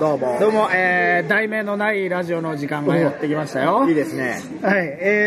どうも。 どうも、題名のないラジオの時間がやってきましたよ。 いいですね。 はい、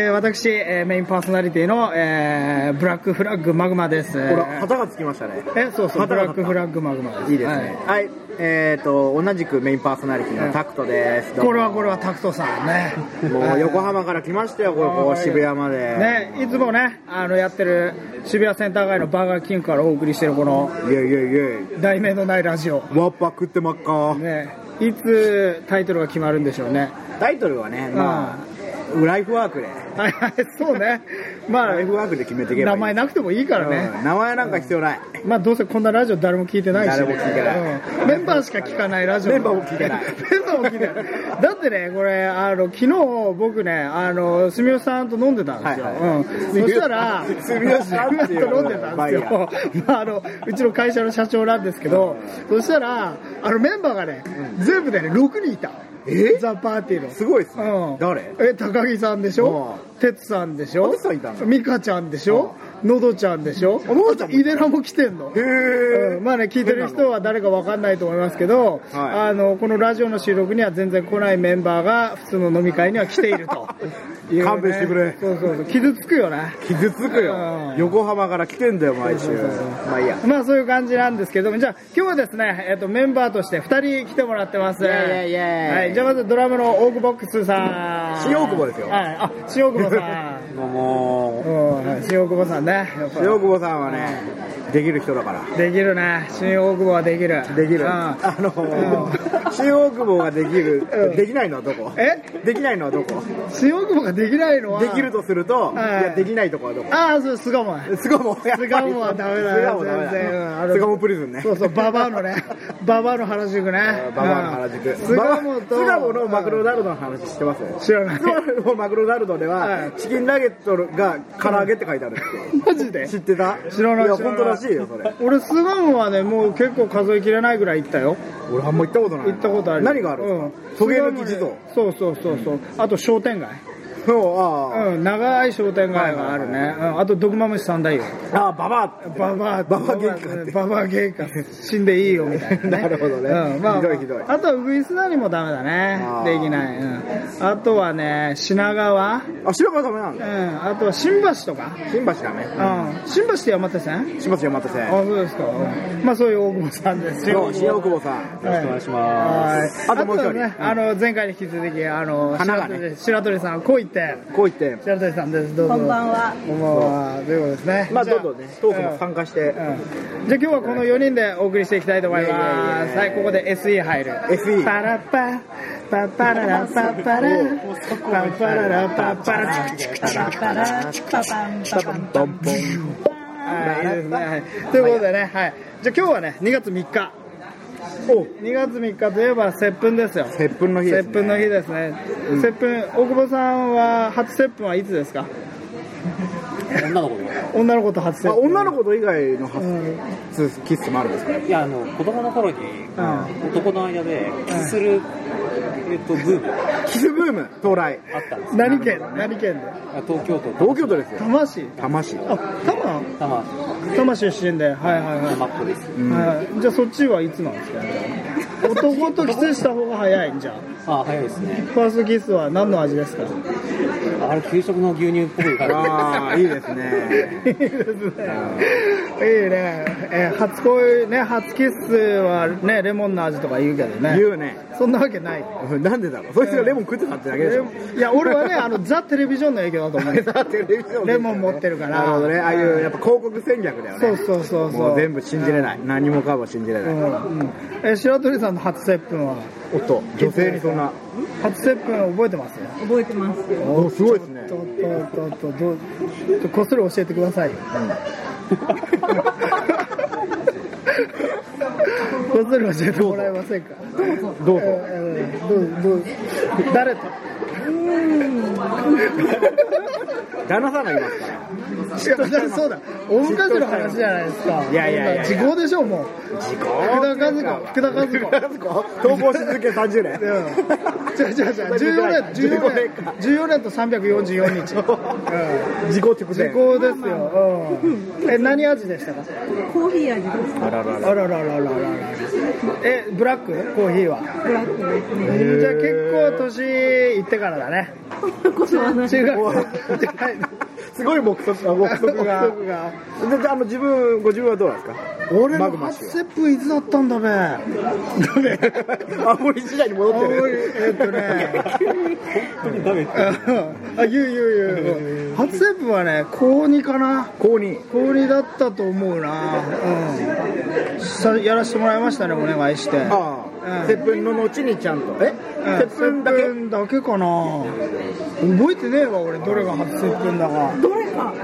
私、メインパーソナリティの、ブラックフラッグマグマです。 ほら、旗がつきましたね。 そうそう、ブラックフラッグマグマです。 いいですね。はい。同じくメインパーソナリティのタクトです。 これはタクトさんね。 もう横浜から来ましたよ、ここ渋谷まで。 ね、いつもね、やってる渋谷センター街のバーガーキングからお送りしてるこの、題名のないラジオ。 ワッパ食ってまっか。 ね、いつタイトルが決まるんでしょうね。 タイトルはね、まあ、ライフワークで。 はいはい、そうね。まあ、 ライフワークで決めていけばいい。 名前なくてもいいからね。 名前なんか必要ない。 まあ、どうせこんなラジオ誰も聞いてないし。 誰も聞いてない。 メンバーしか聞かないラジオ。 メンバーも聞いてない。 メンバーも聞いてない。だってね、これ、昨日僕ね、住吉さんと飲んでたんですよ。そしたら、 住吉さんと飲んでたんですよ。まあ、うちの会社の社長なんですけど、そしたら、メンバーがね、全部でね、6人いた。ザ・パーティーの。 すごいっすね。誰？ 高木さんでしょ、哲さんでしょ、美香ちゃんでしょ、のどちゃんでしょ、井寺も来てんの。まあね、聞いてる人は誰かわかんないと思いますけど、このラジオの収録には全然来ないメンバーが普通の飲み会には来ていると。 勘弁してくれ。 そうそうそう、傷つくよね。 傷つくよ。横浜から来てんだよ、毎週。まあいいや。 まあそういう感じなんですけども、じゃあ今日はですね、メンバーとして2人来てもらってます。はい。じゃあまずドラムのオークボックスさん。 新大久保ですよ。 はい。あ、新大久保さん。 もう。 新大久保さんね。 新大久保さんはね、できる人だから。 できるね。新大久保はできる。 できる。新大久保ができる。できないのはどこ？できないのはどこ？ 新大久保ができないのはできるとすると、いや、できないとこはどこ？ そう、巣鴨はダメだよ。全然。 巣鴨プリズンね。 そうそう、ババアのね。ババアの原宿ね。 ババアの原宿。 巣鴨のマクドナルドの話知ってます？ 知らない。 巣鴨のマクドナルドでは、チキンナゲットが唐揚げって書いてあるって。 マジで？ 知ってた？ 知らない。 いや、本当らしいよ、それ。 俺、巣鴨はね、もう結構数えきれないぐらい行ったよ。 俺あんま行ったことない。 行ったことある。 何がある？トゲ抜き地蔵。 そう。あと商店街。長い商店街があるね。あと毒マムシ三大よ。 ババア喧嘩死んでいいよみたいな。 なるほどね。ひどい。 あとはウグイスダニもダメだね。できない。あとはね、品川。 品川ダメなんだ。 あとは新橋とか。 新橋ダメ。 新橋って山手線？ 新橋山手線。 そうですか。まあそういう大久保さんですよ。 新大久保さん。よろしくお願いします。あともう一人ね、 前回に引き続き白鳥さんこう言って白鳥さんです。どうぞ。 こんばんは。 こんばんは。ということですね。 まあどうぞね、トークも参加して。 じゃあ今日はこの4人でお送りしていきたいと思います。はい、ここで SE 入る。 SE。 パラパパパララパパラパパララパパラチクチクチクパラパパンパパンパンポン。 はい、いいですね。ということでね、はい。じゃあ今日はね、2月3日。2月3日といえば接吻ですよ。 接吻の日ですね。 接吻の日ですね。接吻、大久保さんは初接吻はいつですか？女の子と初接吻。 女の子と以外の初キスもあるんですか？ いや、子供の頃に男の間でキスするブーム。 キスブーム到来。 あったんです。 何県で？ 東京都ですよ。 多摩市。 多摩市。 多摩出身で。はい。 多摩っ子です。 じゃあそっちはいつなんですか？男とキスした方が早いんじゃん。 早いですね。 ファーストキスは何の味ですか？ 給食の牛乳っぽい感じ。 いいですね。 いいですね。いいね。初恋ね、初キスはね、レモンの味とか言うけどね。 言うね。 そんなわけない。 なんでだろう。そいつがレモン食ってたってだけでしょ。 いや、俺はね、ザ・テレビジョンの影響だと思う。 ザ・テレビジョン。 レモン持ってるから。 なるほどね。ああいうやっぱ広告戦略だよね。 そう。 もう全部信じれない。何もかも信じれない。 白鳥さんの初接吻は？ 女性にそんな。 初接吻覚えてます？ 覚えてます。 すごいですね。 こっそり教えてください。こっそり教えてもらえませんか？ どうぞ。 誰と？ 旦那さんがいますから。 そうだ、大昔の話じゃないですか。 いや時効でしょ、もう。 時効福田和子。 逃亡し続け30年。 14年と344日。 時効直前。 時効ですよ。何味でしたか？ コーヒー味です。 あら。ブラック？コーヒーは。 ブラックですね。 じゃあ結構年いってからだね。中学すごい目測が。ご自分はどうなんですか？ 俺の初節分いつだったんだべ。 青森時代に戻ってる。 本当にダメ。言う。初節分はね、高2かな。高2だったと思うな。やらせてもらいましたね、お願いして。 節分の後にちゃんと。節分だけかな。覚えてねえわ、俺、どれが初節分だか。 どれか。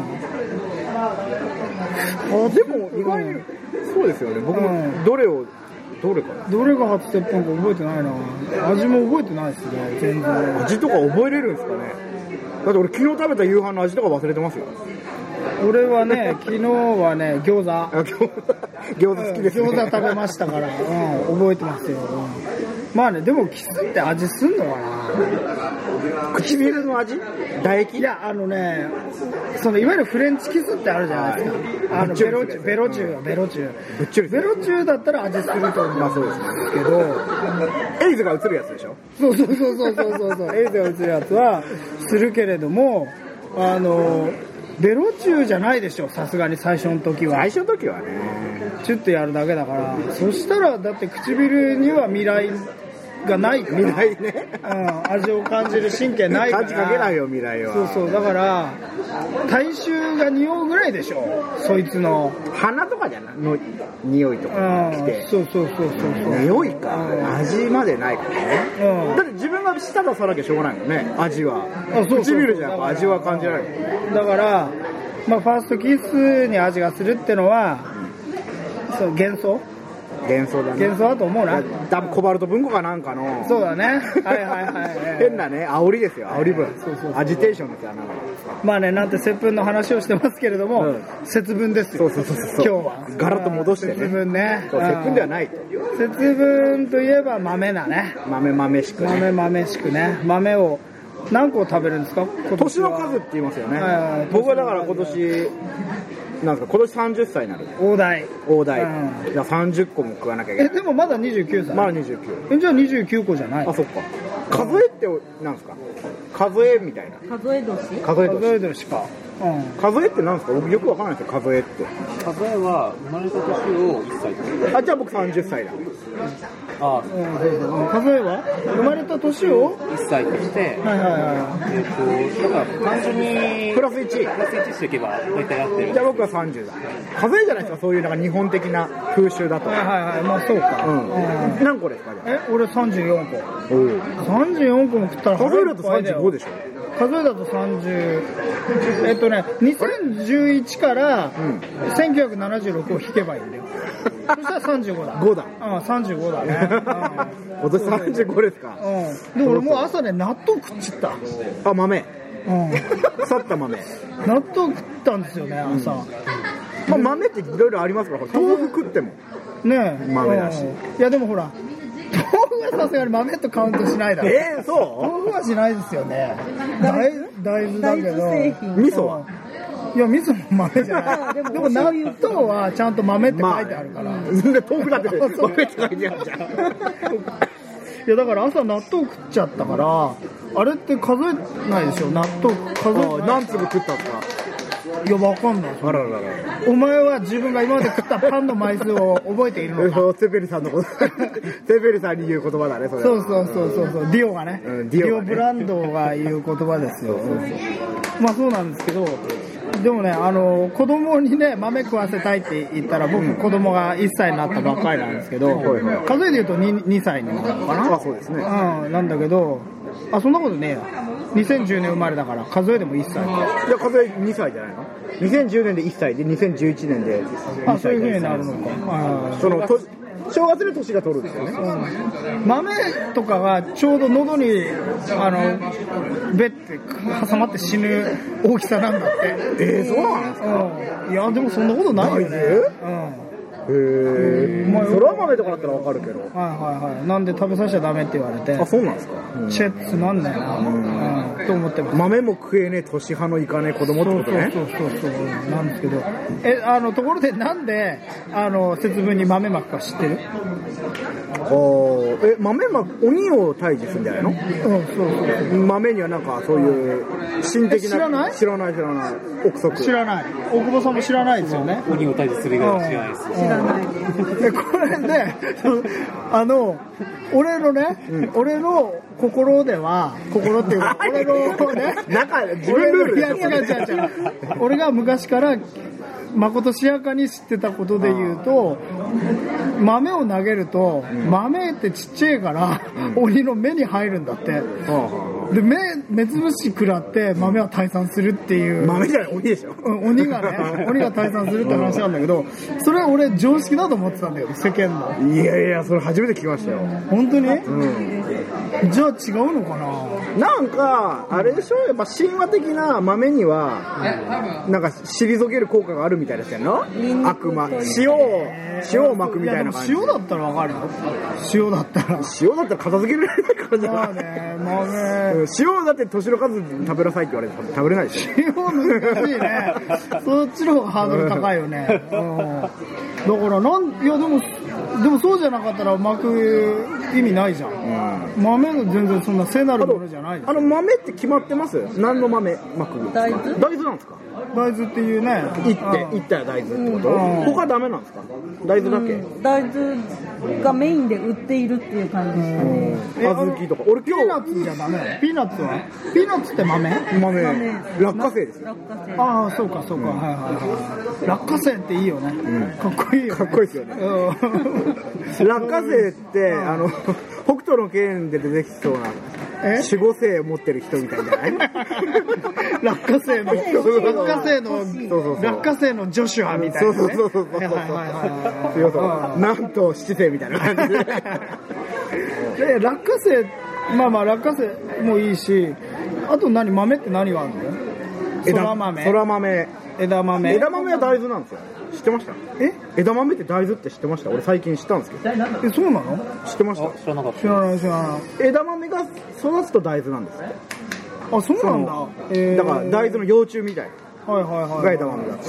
でも意外にそうですよね。僕もどれかな。 どれが初節分か覚えてないな。味も覚えてないですね、全然。 味とか覚えれるんですかね。だって俺昨日食べた夕飯の味とか忘れてますよ。 俺はね、昨日はね、餃子好きですね。 餃子食べましたから、覚えてますよ。まあね、でもキスって味すんのかな。 唇の味？唾液？ いや、いわゆるフレンチキスってあるじゃないですか。ベロチューだったら味すると思うんですけど、 エイズが映るやつでしょ？ そう。エイズが映るやつはするけれども、ベロチューじゃないでしょ、さすがに最初の時は。 最初の時はね。 チュッとやるだけだから。そしたら、だって唇には未来がないから。 未来ね。 味を感じる神経ないから。 感じかけないよ、未来は。 そう。だから、体臭が匂うぐらいでしょ、そいつの。 鼻とかじゃないの匂いとか来て。 そう。 匂いか。味までないからね。だって自分が舌出さなきゃしょうがないもんね、味は。唇じゃなくて味は感じられる。 だから、ファーストキスに味がするってのは、幻想だと思うな。 多分コバルト文庫かなんかの。 そうだね。はい。 変なね、煽りですよ、煽り文。アジテーションですよ、 まあね、なんて節分の話をしてますけれども、節分ですよ。 そう。 今日は。 ガラッと戻してね。 節分ね。 節分ではない。 節分といえば豆だね。 豆しくね。 豆しくね。豆を何個食べるんですか？ 年の数って言いますよね。僕はだから今年30歳になる。 大台。 じゃあ30個も食わなきゃいけない。 でもまだ29歳。 まだ29。 じゃあ29個じゃない。 あ、そっか。数えってなんですか？数えみたいな。 数え年か。 数えってなんですか？僕よくわかんないですよ、数えって。 数えは生まれた年を1歳と。 じゃあ僕30歳だ。 数えは生まれた年を 1歳として、だから単純にプラス1 していけば大体合ってる。 じゃあ僕は30だ。数えじゃないですか、そういうなんか日本的な風習だと。 まあそうか。 何個ですか？ 俺34個。34個も食ったら数えだと35でしょ。 数えだと30、2011から1976を引けばいいんだよ。そしたら35だ。 5だ。 35だね。 今年35ですか。 でも俺もう朝ね、納豆食っちゃった。 豆。腐った豆。 納豆食ったんですよね、朝。 豆っていろいろありますから、豆腐食っても。 ねえ。 豆だし。 いやでもほら、豆腐はさすがに豆とカウントしないだろ。 そう？ 豆腐はしないですよね。大豆だけど。 味噌は？ いや、味噌も豆じゃない。でも納豆はちゃんと豆って書いてあるから。 豆腐だって豆って書いてあるじゃん。いや、だから朝納豆食っちゃったから、あれって数えないでしょ、納豆数えない。 何粒食ったんですか？ いや、わかんない。お前は自分が今まで食ったパンの枚数を覚えているのか？ セペリさんのこと。セペリさんに言う言葉だね、それ。 そう。ディオがね。ディオブランドが言う言葉ですよ。まあそうなんですけど、でもね、子供にね、豆食わせたいって言ったら、僕、子供が1歳になったばっかりなんですけど、数えで言うと 2歳になるのかな？ そうですね。 なんだけど、そんなことねえや。2010年生まれだから、数えでも1歳。いや、数え2歳じゃないの?2010年で1歳で、2011年で2歳。 そういう風になるのか。 その、 正月で年が取るんですよね。 豆とかがちょうど喉にべって挟まって死ぬ大きさなんだって。 そうなんですか？ いやでもそんなことないよね。 そら豆とかだったらわかるけど。 なんで食べさせちゃダメって言われて。 あ、そうなんですか？ チェッツなんだよな。と思ってます。 豆も食えねえ、年派のいかねえ子供ってことね。 そうなんですけど。ところでなんで節分に豆まくか知ってる？ 豆まく、鬼を退治するんじゃないの？そう。豆にはなんかそういう神的な。 知らない？ 知らない。憶測。 知らない。大久保さんも知らないですよね。 鬼を退治する以外は知らないです。 知らない。 でこれで俺の心では心っていうか俺のね自分ルールで違う俺が昔からまことしやかに知ってたことで言うと、豆を投げると、豆ってちっちゃいから、鬼の目に入るんだって。で、目つぶし食らって豆は退散するっていう。 豆じゃない、鬼でしょ。 鬼が退散するって話なんだけど、それは俺常識だと思ってたんだよ、世間の。 いや、それ初めて聞きましたよ。 本当に？じゃあ違うのかな？ なんか、あれでしょ、やっぱ神話的な豆には、なんか退ける効果があるみたいですよね。悪魔。塩を巻くみたいな感じ。 塩だったらわかるよ。塩だったら片付けられないからじゃない。塩だって年の数食べなさいって言われて食べれないでしょ。 塩難しいね。そっちの方がハードル高いよね。だからでもそうじゃなかったら巻く意味ないじゃん。豆が全然そんな聖なるものじゃない。 豆って決まってます？何の豆巻く？大豆なんですか？ 大豆っていうね。 いったら大豆ってこと？他ダメなんですか？大豆だけ？ 大豆がメインで売っているっていう感じですかね。 小豆とか。俺ピーナッツじゃダメなの？ピーナッツって豆？ 落花生ですよ。 ああ、そうか。落花生っていいよね。かっこいいよね。 かっこいいですよね。落花生って、北斗の拳で出てきそうな守護星を持ってる人みたいじゃない？ 落花生のジョシュアみたいなね。 そう。なんと七星みたいな感じで。 落花生、まあ落花生もいいし、あと豆って何があるの？ 空豆。枝豆は大豆なんですよ。知ってました？枝豆って大豆って知ってました？俺最近知ったんですけど。 そうなの？ 知ってました？ 知らなかった。 知らない。 枝豆が育つと大豆なんですって。 あ、そうなんだ。 だから大豆の幼虫みたいな。が枝豆だし。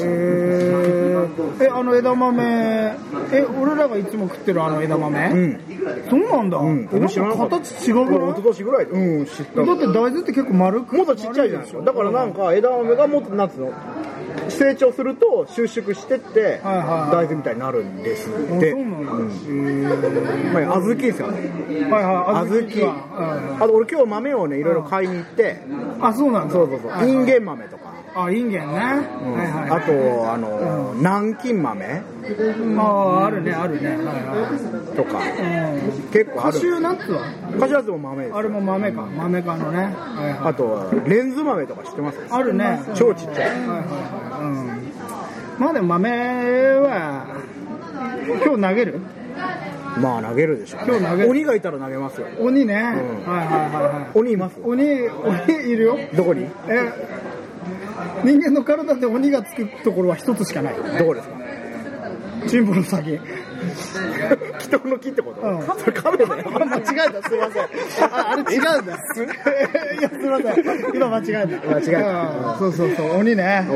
枝豆、俺らがいつも食ってる枝豆？そうなんだ。形違うから。 一昨年ぐらい。知った。 だって大豆って結構丸く。 もっとちっちゃいじゃないですか。だからなんか枝豆がもっとなんつうの、成長すると収縮してって大豆みたいになるんですって。そうなんだ。小豆ですよね。小豆。あと俺今日豆をねいろいろ買いに行って。 あ、そうなんだ。 そう。インゲン豆とか。 インゲンね。 あと南京豆。 あるね。 とか。結構ある。 カシューナッツは？ カシューナッツも豆です。 あれも豆かのね。 あとレンズ豆とか知ってます？ あるね。 超ちっちゃい。 まあでも豆は今日投げる？ まあ投げるでしょ。今日投げる。鬼がいたら投げますよ。 鬼ね。 鬼います？ 鬼いるよ。 どこに？ 人間の体で鬼がつくところは一つしかない。 どこですか？ チンポの先。 祈祷の木ってこと？それカメだよ。 間違えた、すいません。あれ違うんだ。いや、すいません。今間違えた。そう、鬼ね。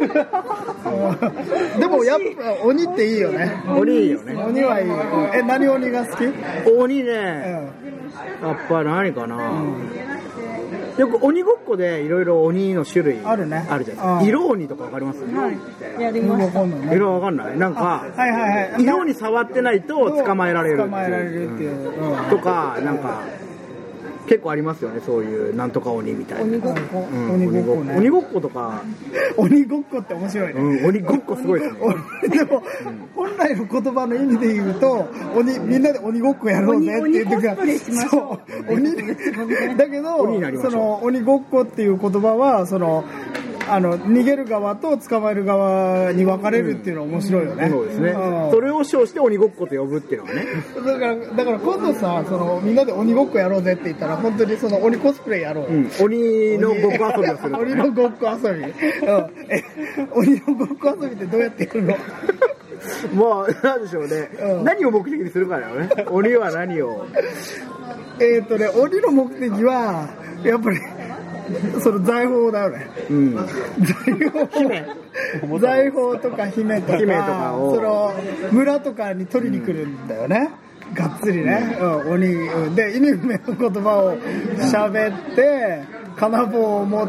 でもやっぱ鬼っていいよね。 鬼いいよね。 鬼はいい。何鬼が好き？ 鬼ね。やっぱ何かな。よく鬼ごっこでいろいろ鬼の種類あるじゃないですか。色鬼とかわかります？ やりました。 色わかんない？なんか色に触ってないと捕まえられるっていうとか、なんか結構ありますよね、そういうなんとか鬼みたいな。 鬼ごっこね。 鬼ごっことか。 鬼ごっこって面白いね。 鬼ごっこすごいですね。 でも本来の言葉の意味で言うと、みんなで鬼ごっこやろうぜっていう時は、そう鬼だけど、その鬼ごっこっていう言葉はその逃げる側と捕まえる側に分かれるっていうのは面白いよね。 そうですね。それを称して鬼ごっこと呼ぶっていうのはね。 だから今度さ、みんなで鬼ごっこやろうぜって言ったら、本当に鬼コスプレやろう。 鬼のごっこ遊びをする。 鬼のごっこ遊び。鬼のごっこ遊びってどうやってやるの？ まあ、なんでしょうね。何を目的にするかだよね。鬼は何を。 鬼の目的は、やっぱり、財宝だよね。財宝とか姫とかを、村とかに取りに来るんだよね。がっつりね。鬼。で、意味不明の言葉を喋って、金棒を持って、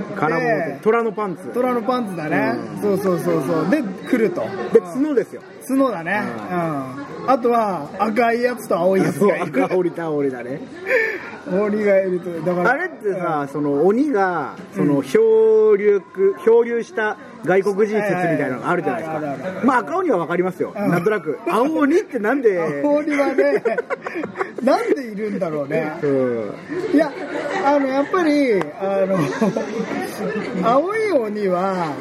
虎のパンツだね。そう。で、来ると。 で、角ですよ。 角だね。あとは、赤いやつと青いやつがいる。 赤鬼と青鬼だね。 鬼がいると。だからあれってさ、鬼が、漂流した外国人説みたいなのがあるじゃないですか。まあ、赤鬼はわかりますよ。なんとなく。青鬼ってなんで。 青鬼はね、なんでいるんだろうね。いや、やっぱり、青い鬼は、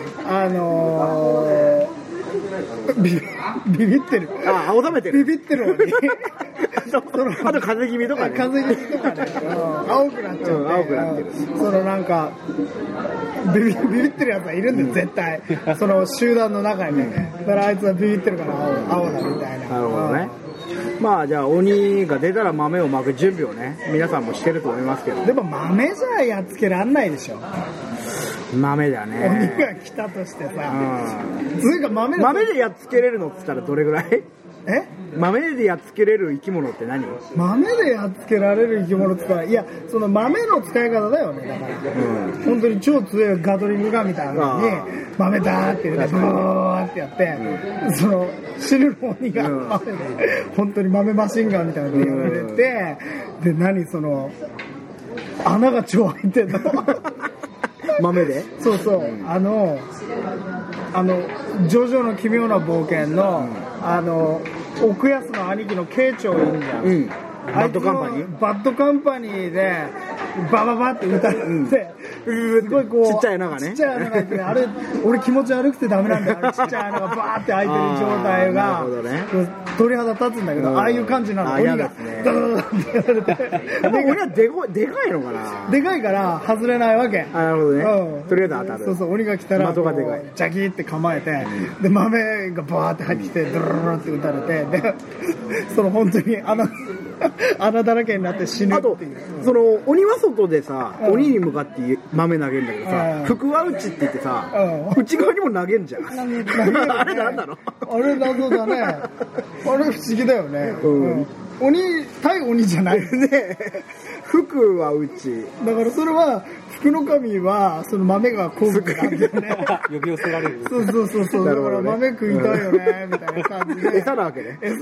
ビビってる。 青ざめてる。 ビビってる鬼。 あと風邪気味とかね。 風邪気味とかね。青くなっちゃう。 青くなってる。 なんか、ビビってるやつはいるんだよ、絶対。集団の中にね。だからあいつはビビってるから青だみたいな。 なるほどね。まあじゃあ鬼が出たら豆をまく準備をね、皆さんもしてると思いますけど。 でも豆じゃやっつけらんないでしょ。 豆だね。 鬼が来たとしてさ。つうか豆でやっつけれるのって言ったらどれぐらい？豆でやっつけれる生き物って何？ 豆でやっつけられる生き物って言ったら、いや、豆の使い方だよね、だから。本当に超強いガトリングガンみたいなのに、豆だーって言って、ブーってやって、死ぬの鬼が豆で、本当に豆マシンガンみたいなのでやられて、で、穴が超開いてんの。 豆で？ そう。ジョジョの奇妙な冒険の、奥安の兄貴の慶長いるじゃん。 バッドカンパニー？ バッドカンパニーで、バババって撃たれて、すごいこう、 ちっちゃい穴がね。 ちっちゃい穴がいて、あれ、俺気持ち悪くてダメなんだよ。ちっちゃい穴がバーって開いてる状態が、鳥肌立つんだけど、ああいう感じなの。鬼が、ダダダってやられて。 鬼はでかいのかな？ でかいから外れないわけ。 なるほどね。とりあえず当たる。 そう、鬼が来たら、 的がでかい。 ジャキーって構えて、で、豆がバーって入ってきて、ドロロロって撃たれて、で、本当に穴だらけになって死ぬっていう。 あと、鬼は外でさ、鬼に向かって豆投げるんだけどさ、福は内って言ってさ、内側にも投げんじゃん。あれなんだろう？ あれ謎だね。あれ不思議だよね。対鬼じゃないね。 福は内。 だからそれは、福の神は、豆が好物なんだよね。 呼び寄せられる。 そう。だから豆食いたいよね、みたいな感じで。 餌なわけね。 餌。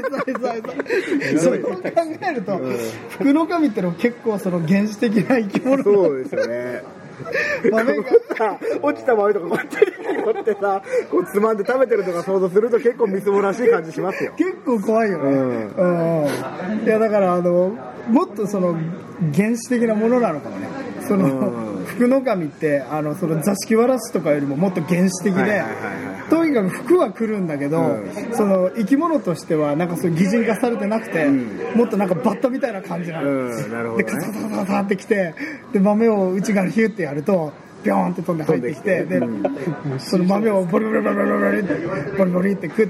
そう考えると、福の神ってのは結構原始的な生き物。 そうですよね。豆がさ、落ちた豆とかこうやってさ、こうつまんで食べてるとか想像すると結構みすぼらしい感じしますよ。 結構怖いよね。いやだからもっと原始的なものなのかもね。福の神って座敷わらしとかよりももっと原始的で、とにかく服は来るんだけど、生き物としては擬人化されてなくて、もっとバッタみたいな感じなの。でカタカタカタってきて、で豆を内側にヒューってやるとビョーンって飛んで入ってきて、で豆をボリボリボリボリボリってボリボリって食って。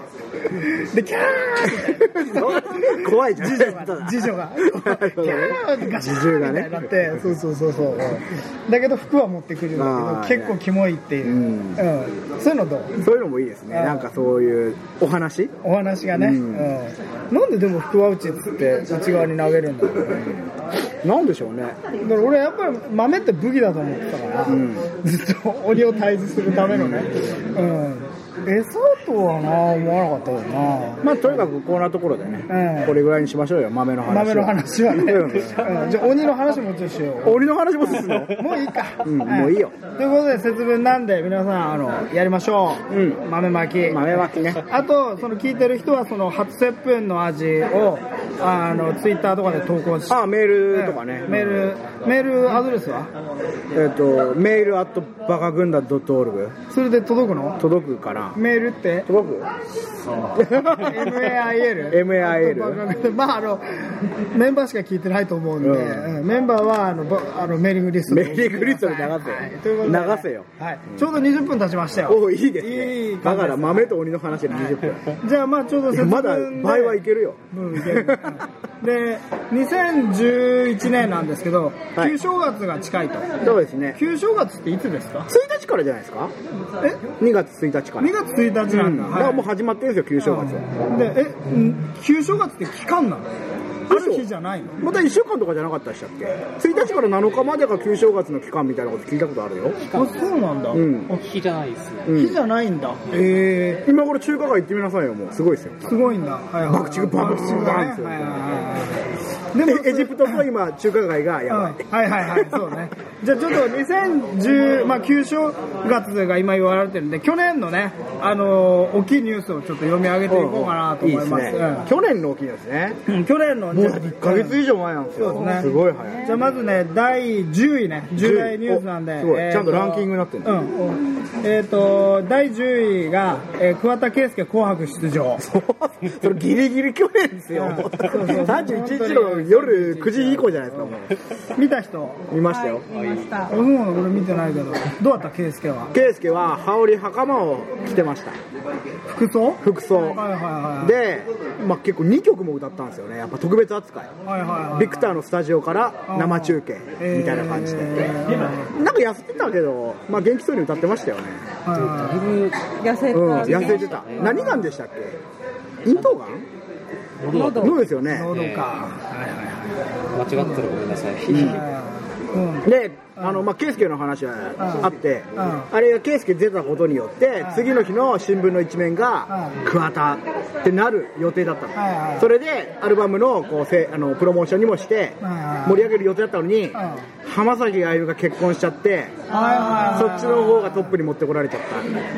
でキャー怖いじゃん。 次女がキャーってガシャーみたいになって、そうだけど服は持ってくるんだけど結構キモいっていう、そういうのどう？ そういうのもいいですね。そういうお話がね、なんででも福は内っつって内側に投げるんだろうね。 なんでしょうね。 だから俺やっぱり豆って武器だと思ってたから、ずっと鬼を退治するためのね、 餌とはな思わなかったけどな。 まあとにかくこんなところでね、これぐらいにしましょうよ、豆の話。 豆の話はね。じゃあ鬼の話もちょっとしよう。 鬼の話もするの？ もういいか。 もういいよ。 ということで節分なんで皆さんやりましょう。豆まき。 豆まきね。 あとその聞いてる人はその初節分の味をツイッターとかで投稿して。 メールとかね。 メールアドレスは？ メールバカ軍団.org。 それで届くの？ 届くかな。 メールって届く ？MAIL？ まあメンバーしか聞いてないと思うんで、メンバーはメーリングリストで流せよ。 ちょうど20分経ちましたよ。 お、いいですね。だから豆と鬼の話で20分。 じゃあまあちょうど節分まだ倍はいけるよ。 で2011年なんですけど、旧正月が近いと。 そうですね。 旧正月っていつですか ？1日からじゃないですか？2月1日から。 2月1日なんだ。 だからもう始まってるんですよ、旧正月は。 で旧正月って期間なの？ある日じゃないの？ また1週間とかじゃなかったでしたっけ？1日から7日までが旧正月の期間みたいなこと聞いたことあるよ。 あ、そうなんだ。 日じゃないです。 日じゃないんだ。 今頃中華街行ってみなさいよ、もう。すごいですよ。 すごいんだ。 爆竹バンですよ。でもエジプトと今中華街がやばい。 そうね。じゃあちょっと2010、旧正月が今言われてるんで、去年のね、大きいニュースをちょっと読み上げていこうかなと思います。 去年の大きいですね。 去年のもう1ヶ月以上前なんですよ。すごい早い。 じゃあまずね、第10位ね、10代ニュースなんで、 すごい。ちゃんとランキングになってる。 第10位が桑田佳祐紅白出場。 それギリギリ去年ですよ。31日の夜9時以降じゃないですか、もう。 見た人？ 見ましたよ。 見ました。 俺見てないけど、どうだった佳祐は？ 佳祐は羽織袴を着てました。 服装？ 服装。で、結構2曲も歌ったんですよね。やっぱ特別扱い。ビクターのスタジオから生中継みたいな感じで。なんか痩せてたけど、元気そうに歌ってましたよね。 痩せてた。何がんでしたっけ？咽頭がん？喉ですよね。 喉か。 間違ったらごめんなさい。 で、圭介の話はあって、あれが圭介出たことによって、次の日の新聞の一面が桑田ってなる予定だったの。それでアルバムのプロモーションにもして盛り上げる予定だったのに、浜崎あゆみが結婚しちゃって、そっちの方がトップに持ってこられちゃった。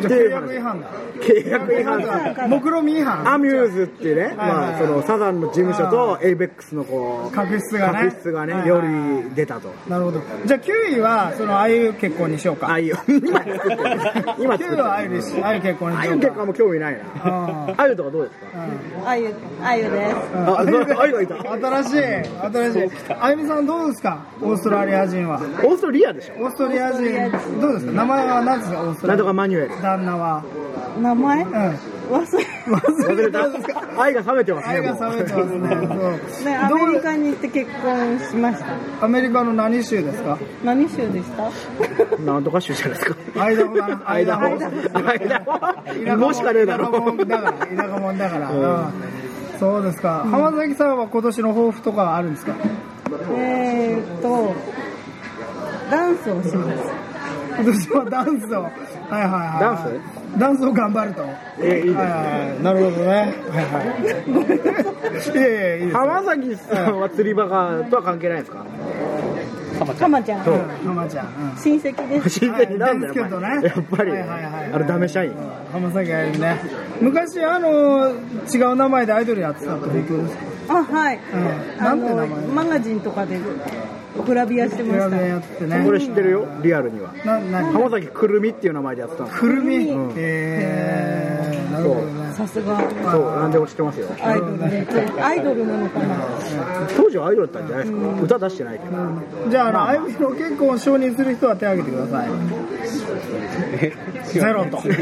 契約違反だ。 契約違反。 目論見違反。 アミューズっていうね、サザンの事務所とエイベックスの確執がね、 夜に出たと。 なるほど。じゃあ9位はあゆ結婚にしようか。 あゆ。今作ってる。 9位はあゆ結婚にしようか。 あゆ結婚も興味ないな。あゆとかどうですか？ あゆです。 あゆがいた。 新しい。あゆみさんどうですか？オーストラリア人は。 オーストリアでしょ。 オーストリア人どうですか？名前は何ですか？オーストラリア。 なんとかマニュエル。 旦那は。 名前？ 忘れた。 愛が冷めてますね。 愛が冷めてますね。 アメリカに行って結婚しました。 アメリカの何州ですか？ 何州でした？ なんとか州じゃないですか。 間ももしかねえだろ。 田舎もんだから。そうですか。浜崎さんは今年の抱負とかあるんですか？ ダンスをします。 今年はダンスを。ダンスを頑張ると。 いいですね。 なるほどね。 浜崎さんは釣りバカとは関係ないですか？ 浜ちゃん。親戚です。 親戚なんだよ。やっぱり。ダメ社員。 浜崎あゆみね。昔違う名前でアイドルやってたって本当ですか？ はい。なんて名前？マガジンとかでグラビアしてました。 これ知ってるよ、リアルには。浜崎くるみっていう名前でやってたんです。 くるみ。なるほどね。 さすが。 そう、なんでも知ってますよ。 アイドルなのかな。 当時はアイドルだったんじゃないですか。歌出してないけど。 じゃああゆみの結婚を承認する人は手を挙げてください。ゼロと。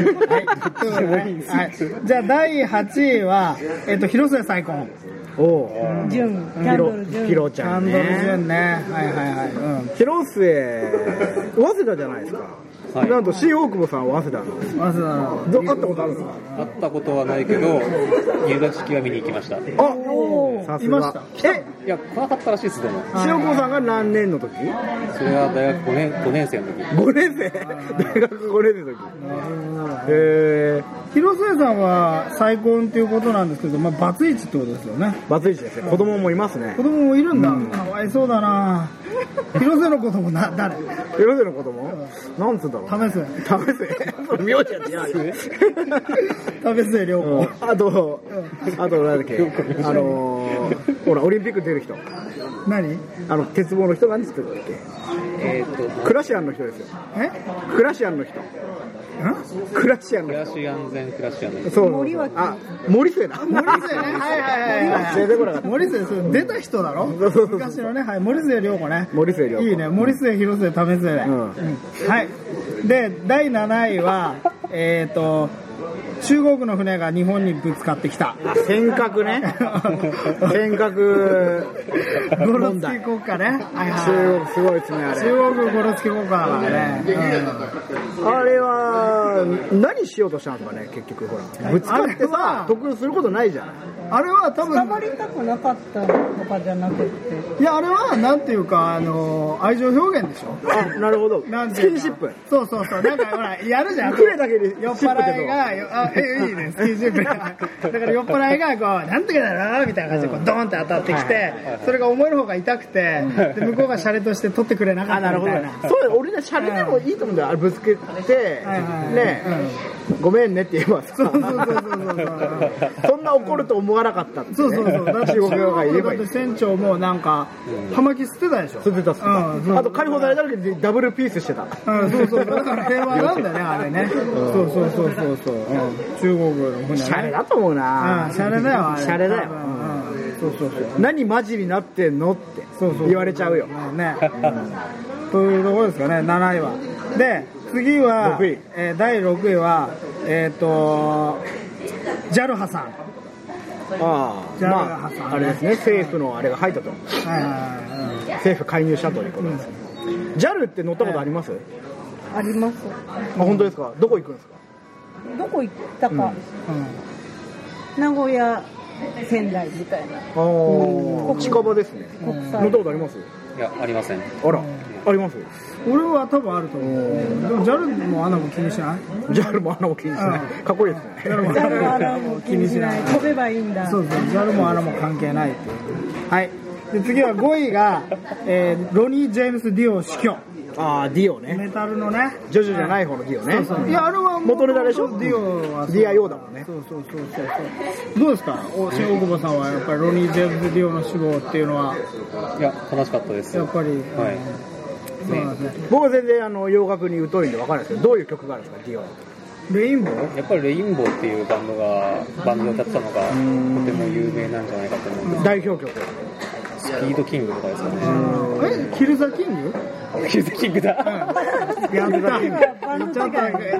じゃあ第8位は広末再婚。 キャンドルヒロちゃんね。 キャンドルジュンね。 広末早稲田じゃないですか。なんと新大久保さんは早稲田の。 早稲田の。 会ったことあるんですか？ 会ったことはないけど入学式は見に行きました。 さすが。 いや来なかったらしいです。でも新大久保さんが何年の時？ それは大学5年生の時。 5年生？大学5年生の時。 広末さんは再婚っていうことなんですけど、まあ、バツイチってことですよね。 バツイチですね。子供もいますね。 子供もいるんだ。かわいそうだな。広末の子供誰？ 広末の子供？なんつうんだろう。 為末。 為末。名字やってない。 為末涼子。 あとなんだっけ。ほらオリンピック出る人。 何？ 鉄棒の人なんですけどっけ。クラシアンの人ですよ。クラシアンの人。クラシアンの人。 クラシアン全クラシアンの人。 そう。 森脇。 森末だ。 森末ね。はい。森末出た人だろ。昔のね、はい。森末涼子ね。 森末涼子。 いいね。森末広末為末で。はい。で第7位は中国の船が日本にぶつかってきた。 尖閣ね。尖閣ゴロつき国家ね。 中国すごいですね、あれ。 中国ゴロつき国家だからね。 あれは何しようとしたんですかね、結局。ほらぶつかってさ得することないじゃん。 あれは多分捕まりたくなかったとかじゃなくて、 いやあれはなんていうか愛情表現でしょ。 あ、なるほど。スキンシップ。 そうなんかほらやるじゃん。 船だけで酔っ払いがいいね、スキンシップ。だから酔っ払いがこうなんとかだろみたいな感じでこうドーンって当たってきて、それが思いの方が痛くて、で向こうがシャレとして取ってくれなかったみたいな。 そう俺ねシャレでもいいと思うんだよ。あれぶつけてねごめんねって言えば。そうそんな怒ると思わなかったって。 そう。だって中国側がいればいい。 だって船長もなんか葉巻捨てたでしょ。 捨てた。あと解放された時にダブルピースしてた。 そうだから平和なんだよねあれね。そう中国の船ね。 シャレだと思うな。 シャレだよあれ。 シャレだよ。そう何マジになってんのって言われちゃうよね。というところですかね。7位はで次は第6位はジャルハさん。 あれですね、政府のあれが入ったと。政府介入したということです。JAL って乗ったことあります？ あります。 本当ですか？どこ行くんですか？ どこ行ったか。名古屋、仙台みたいな。 近場ですね。乗ったことあります？ いや、ありません。 あら、あります？ 俺は多分あると思う。でも JAL もアナも気にしない？ JAL もアナも気にしない。かっこいいですね。 JAL もアナも気にしない。飛べばいいんだ。 そう JAL もアナも関係ないっていう。はい。で次は5位がロニー・ジェームス・ディオ死去。 ああ、ディオね。 メタルのね。 ジョジョじゃない方のディオね。 いやあれは元ネタでしょ？ ディオは DIO だもんね。 そう。どうですか？新大久保さんはやっぱりロニー・ジェームス・ディオの死亡っていうのは。 いや楽しかったです。 やっぱり。 はい。 僕は全然洋楽に疎いんで分からないですけど、どういう曲があるんですか、ディオ。 レインボー？ やっぱりレインボーっていうバンドを歌ってたのがとても有名なんじゃないかと思うんです。 代表曲。 スピードキングとかですかね。 キルザキング？ キルザキングだ。 やった。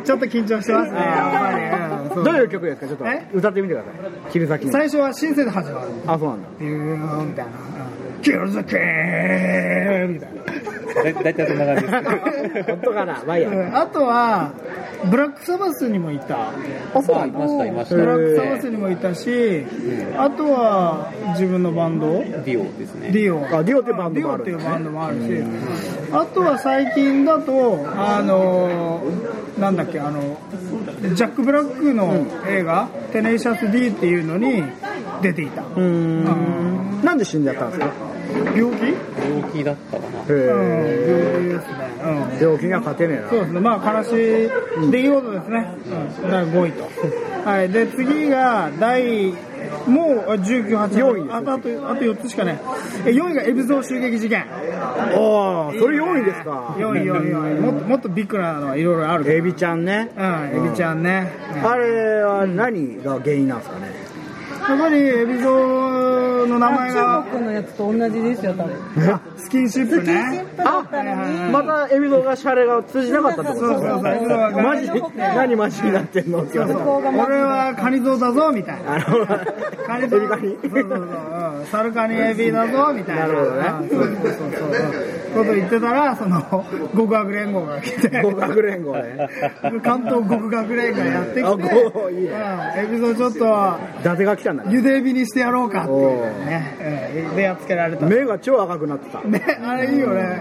ちょっと緊張してますね。やっぱり。 どういう曲ですか？ちょっと歌ってみてください。キルザキング。 最初はシンセで始まる。 あ、そうなんだ。 みたいな。キルザキングみたいな。 大体そんな感じです。 本当かな。まあいいや。 あとはブラックサバスにもいた。 あ、そうなんだ。 いました。 ブラックサバスにもいたし、あとは自分のバンド。 ディオですね。 ディオっていうバンドもある。 ディオっていうバンドもあるし、あとは最近だとなんだっけジャック・ブラックの映画テネイシャス D っていうのに出ていた。 なんで死んじゃったんですか？ 病気だったかな。 病気ですね。 病気には勝てねえな。 そうですね。まあ悲しい出来事ですね。第5位と。はい。で次がもう19、8、4位です。あと4つしかね。4位が海老蔵襲撃事件。 ああ、それ4位ですか。 4位。もっとビッグなのはいろいろある。 エビちゃんね。 エビちゃんね。 あれは何が原因なんですかね。 やっぱりエビゾの名前が中国のやつと同じですよ多分。 スキンシップね。 またエビゾがシャレが通じなかったってことですか？マジ何マジになってんのって言われた。 俺はカニゾウだぞみたいな。 カニゾウ。 そう。サルカニエビだぞみたいな。 なるほどね。 そう。 こと言ってたら、その極悪連合が来て、 極悪連合ね、 関東極悪連合がやってきて、 いいね、 海老蔵ちょっと伊達が来たんだね、 茹でエビにしてやろうかっていうね、でやっつけられた。 目が超赤くなってたね、あれいいよね。やっ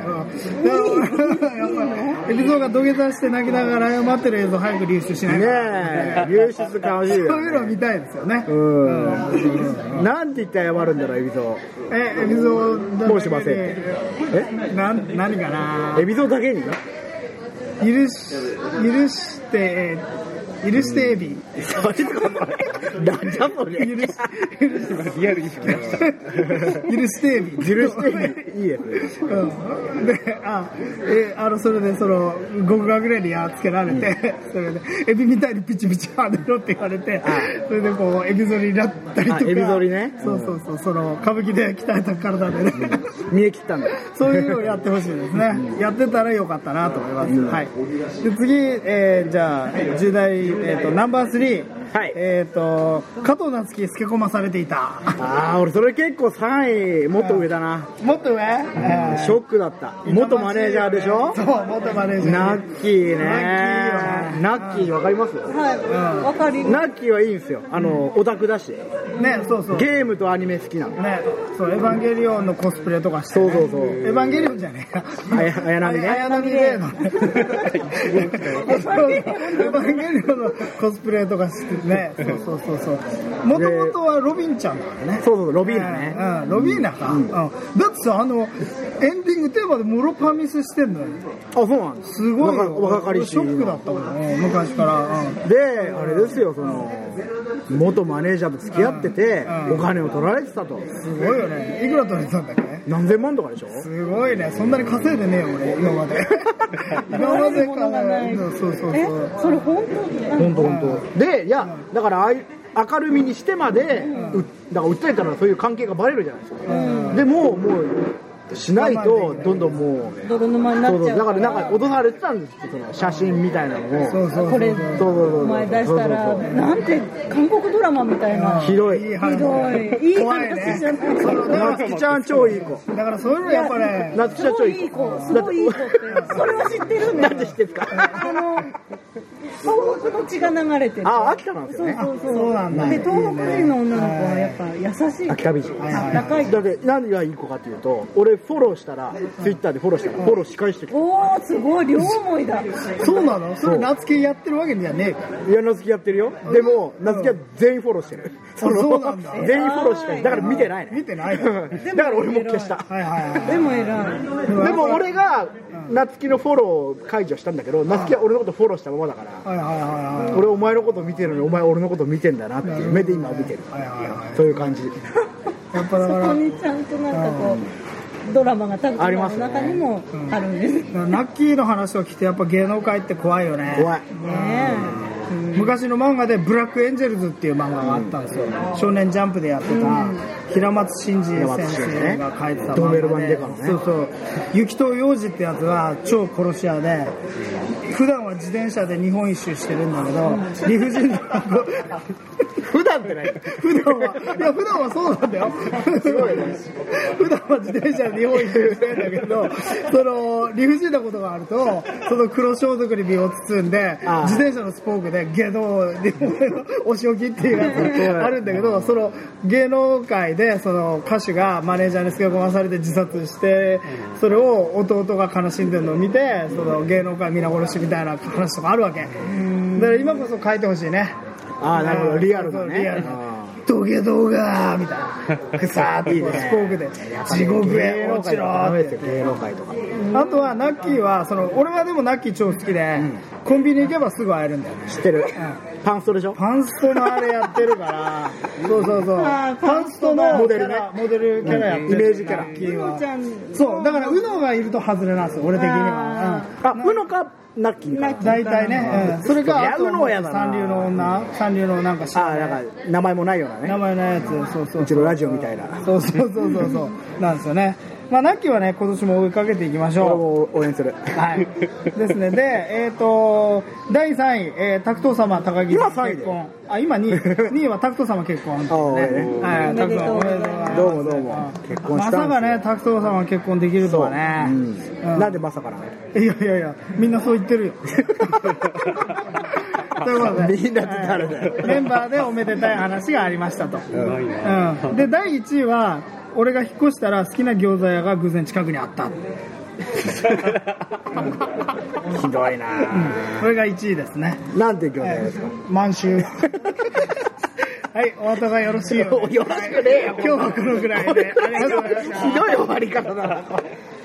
ぱ海老蔵が土下座して泣きながら謝ってる映像早く流出しないね、流出楽しいよね。 そういうの見たいですよね。 なんて言って謝るんだろう、海老蔵。 海老蔵もうしませんって。 何かな。 海老蔵だけに許してエビ。 なんじゃそれ。 リアルに聞きました。許してエビ。 いいやつ。 で、それで極学連にやっつけられて、それでエビみたいにピチピチ跳ねろって言われて、それでこうエビ反りになったりとか。 エビ反りね。 そう、歌舞伎で鍛えた体でね。 見え切ったんだ。 そういうのをやってほしいですね。やってたらよかったなと思います。はい。で次、じゃあ重大ナンバー3。はい。加藤夏樹、つけ込まされていた。 俺それ結構3位、もっと上だな。 もっと上？ ショックだった。元マネージャーでしょ？ そう、元マネージャー。 ナッキーね。ナッキーわかります？ はい、わかります。 ナッキーはいいんですよ。オタクだし。 ね、そう。 ゲームとアニメ好きなの。 ね、そう、エヴァンゲリオンのコスプレとかして。 そう。 エヴァンゲリオンじゃねえや。 綾波ね。 綾波での。エヴァンゲリオンのコスプレとかしてね。そう。もともとはロビンちゃんだからね。 そう、ロビーナね。 ロビーナか。だってさ、エンディングテーマでモロパミスしてんのよ。 そうなんです。 すごい若かりし。 ショックだったもんね、昔から。 で、あれですよ、元マネージャーと付き合ってて、お金を取られてたと。 すごいよね。いくら取られてたんだっけ？ 何千万とかでしょ？ すごいね。そんなに稼いでねえよ、俺、今まで。今までか。そう。 それ本当。で、いや、だから明るみにしてまで、だから訴えたらそういう関係がバレるじゃないですか。でもうしないとどんどんもう泥沼になっちゃう。 だからなんか脅されてたんですよ、写真みたいなのを。 そうこれお前出したらなんて韓国ドラマみたいな。 ひどい。 いい話じゃない。 夏希ちゃん超いい子。 だからそういうのやっぱね、 夏希ちゃん超いい子。 すごいいい子ってそれは知ってるんだよ。 なんで知ってんすか？ 東北の血が流れてる。 秋田なんですよね。 そうなんだ。 で東北人の女の子はやっぱ優しい。 秋田美人。 高い。 だって何がいい子かっていうと、俺フォローしたらツイッターでフォローしたらフォローし返してきた。 おーすごい両思いだ。 そうなの？それ夏希やってるわけじゃねえか。 いや夏希やってるよ。でも夏希は全員フォローしてる。 そうなんだ。 全員フォローしかだから見てないね。 見てない。 だから俺も消した。 でも偉い。 でも俺が夏希のフォロー解除したんだけど、夏希は俺のことフォローしたままだから、俺お前のこと見てるのにお前俺のこと見てんだなっていう目で今見てる。そういう感じ。 やっぱだからそこにちゃんとなんかこうドラマがタグの中にもあるんです。 ナッキーの話を聞いてやっぱ芸能界って怖いよね。 怖い。 昔の漫画でブラックエンジェルズっていう漫画があったんですよ。少年ジャンプでやってた平松真二先生が書いてた漫画で、そう雪と幼児ってやつは超殺し屋で、普段は自転車で日本一周してるんだけど、理不尽な普段ってない普段はそうなんだよ。すごいね。普段は自転車で日本一周してるんだけど、その理不尽なことがあると、その黒装束に身を包んで自転車のスポークで下道でお仕置きっていうやつあるんだけど、その芸能界でその歌手がマネージャーにつけ込まされて自殺して、それを弟が悲しんでるのを見て、その芸能界皆殺しみたいな話とかあるわけだから今こそ書いてほしいね。 なるほど、リアルだね。 リアルな土下座がみたいな、くさーってスポークで地獄へ落ちろって芸能界とか。 あとはナッキーは俺はでもナッキー超好きで、コンビニ行けばすぐ会えるんだよね。 知ってる。パンストでしょ？ パンストのあれやってるからそうパンストのモデルキャラやってる、 イメージキャラ。 ナッキーはそうだからウノがいると外れなんですよ、俺的には。 ウノかナッキーか大体ね。それかウノはやだな。 三流の女、三流のなんか名前もないようなね。 名前ないやつ。そううちのラジオみたいな。 そうなんですよね。 まあ、ナッキーはね、今年も追いかけていきましょう。応援する。 はい。ですね。で、第3位、タクト様、高木結婚。今2位。2位はタクト様結婚。はい、タクト様。 どうもどうも。結婚したんですよ。 まさかね、タクト様結婚できるとはね。 なんでまさかなの？ いやいやいや、みんなそう言ってるよ。ということで、 みんなって誰だよ。 メンバーでおめでたい話がありましたと。で、第1位は、俺が引っ越したら好きな餃子屋が偶然近くにあった。 ひどいな。 これが1位ですね。 なんて餃子屋ですか？ 満州。はい、お後がよろしいようで。 よろしくねえよ。 今日はこのぐらいで。ありがとうございました。 ひどい終わり方だな。